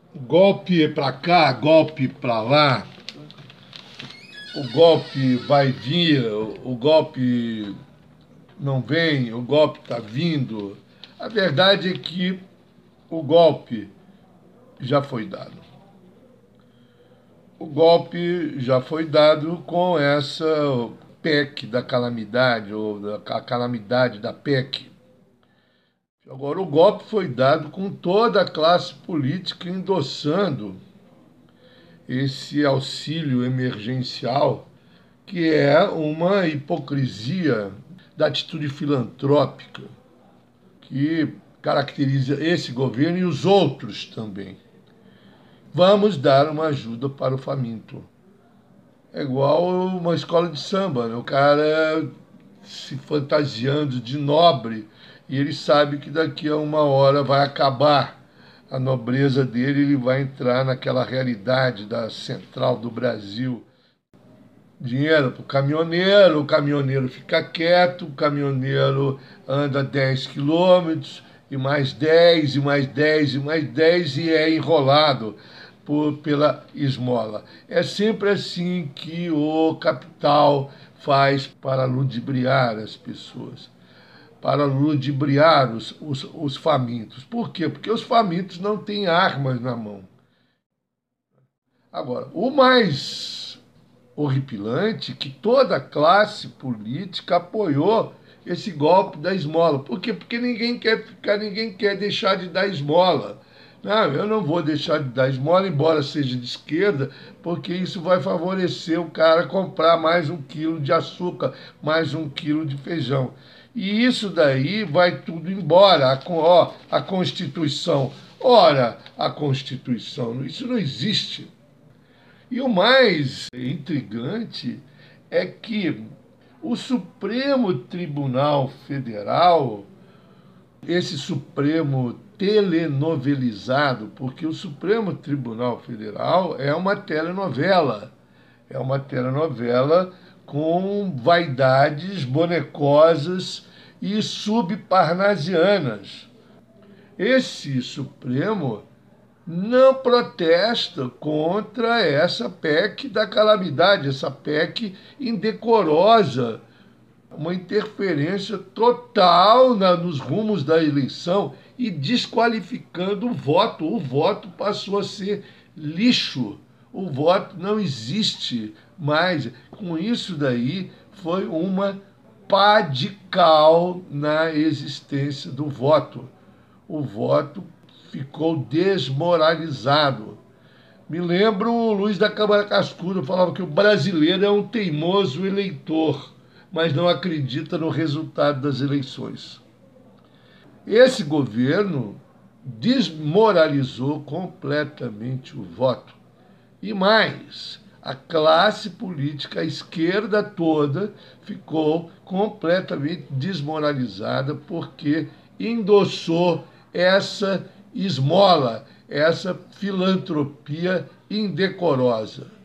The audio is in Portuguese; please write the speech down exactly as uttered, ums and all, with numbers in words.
Golpe para cá, golpe para lá, o golpe vai vir, o golpe não vem, o golpe está vindo. A verdade é que o golpe já foi dado. O golpe já foi dado com essa P E C da calamidade, ou da a calamidade da P E C. Agora, o golpe foi dado com toda a classe política endossando esse auxílio emergencial, que é uma hipocrisia da atitude filantrópica que caracteriza esse governo e os outros também. Vamos dar uma ajuda para o faminto. É igual uma escola de samba, né? O cara se fantasiando de nobre e ele sabe que daqui a uma hora vai acabar a nobreza dele, ele vai entrar naquela realidade da Central do Brasil. Dinheiro para o caminhoneiro, o caminhoneiro fica quieto, o caminhoneiro anda dez quilômetros, e mais dez, e mais dez, e mais dez, e é enrolado por, pela esmola. É sempre assim que o capital faz para ludibriar as pessoas, para ludibriar os, os, os famintos. Por quê? Porque os famintos não têm armas na mão. Agora, o mais horripilante que toda a classe política apoiou esse golpe da esmola. Por quê? Porque ninguém quer ficar, ninguém quer deixar de dar esmola. Não, eu não vou deixar de dar esmola, embora seja de esquerda, porque isso vai favorecer o cara comprar mais um quilo de açúcar, mais um quilo de feijão. E isso daí vai tudo embora. A, ó, a Constituição. Ora, a Constituição, isso não existe. E o mais intrigante é que o Supremo Tribunal Federal, esse Supremo telenovelizado, porque o Supremo Tribunal Federal é uma telenovela, é uma telenovela com vaidades bonecosas e subparnasianas. Esse Supremo não protesta contra essa P E C da calamidade, essa P E C indecorosa, uma interferência total na, nos rumos da eleição e desqualificando o voto. O voto passou a ser lixo, o voto não existe mais. Com isso daí foi uma pá de cal na existência do voto. O voto ficou desmoralizado. Me lembro o Luiz da Câmara Cascudo falava que o brasileiro é um teimoso eleitor, mas não acredita no resultado das eleições. Esse governo desmoralizou completamente o voto. E mais, a classe política, a esquerda toda, ficou completamente desmoralizada porque endossou essa esmola, essa filantropia indecorosa.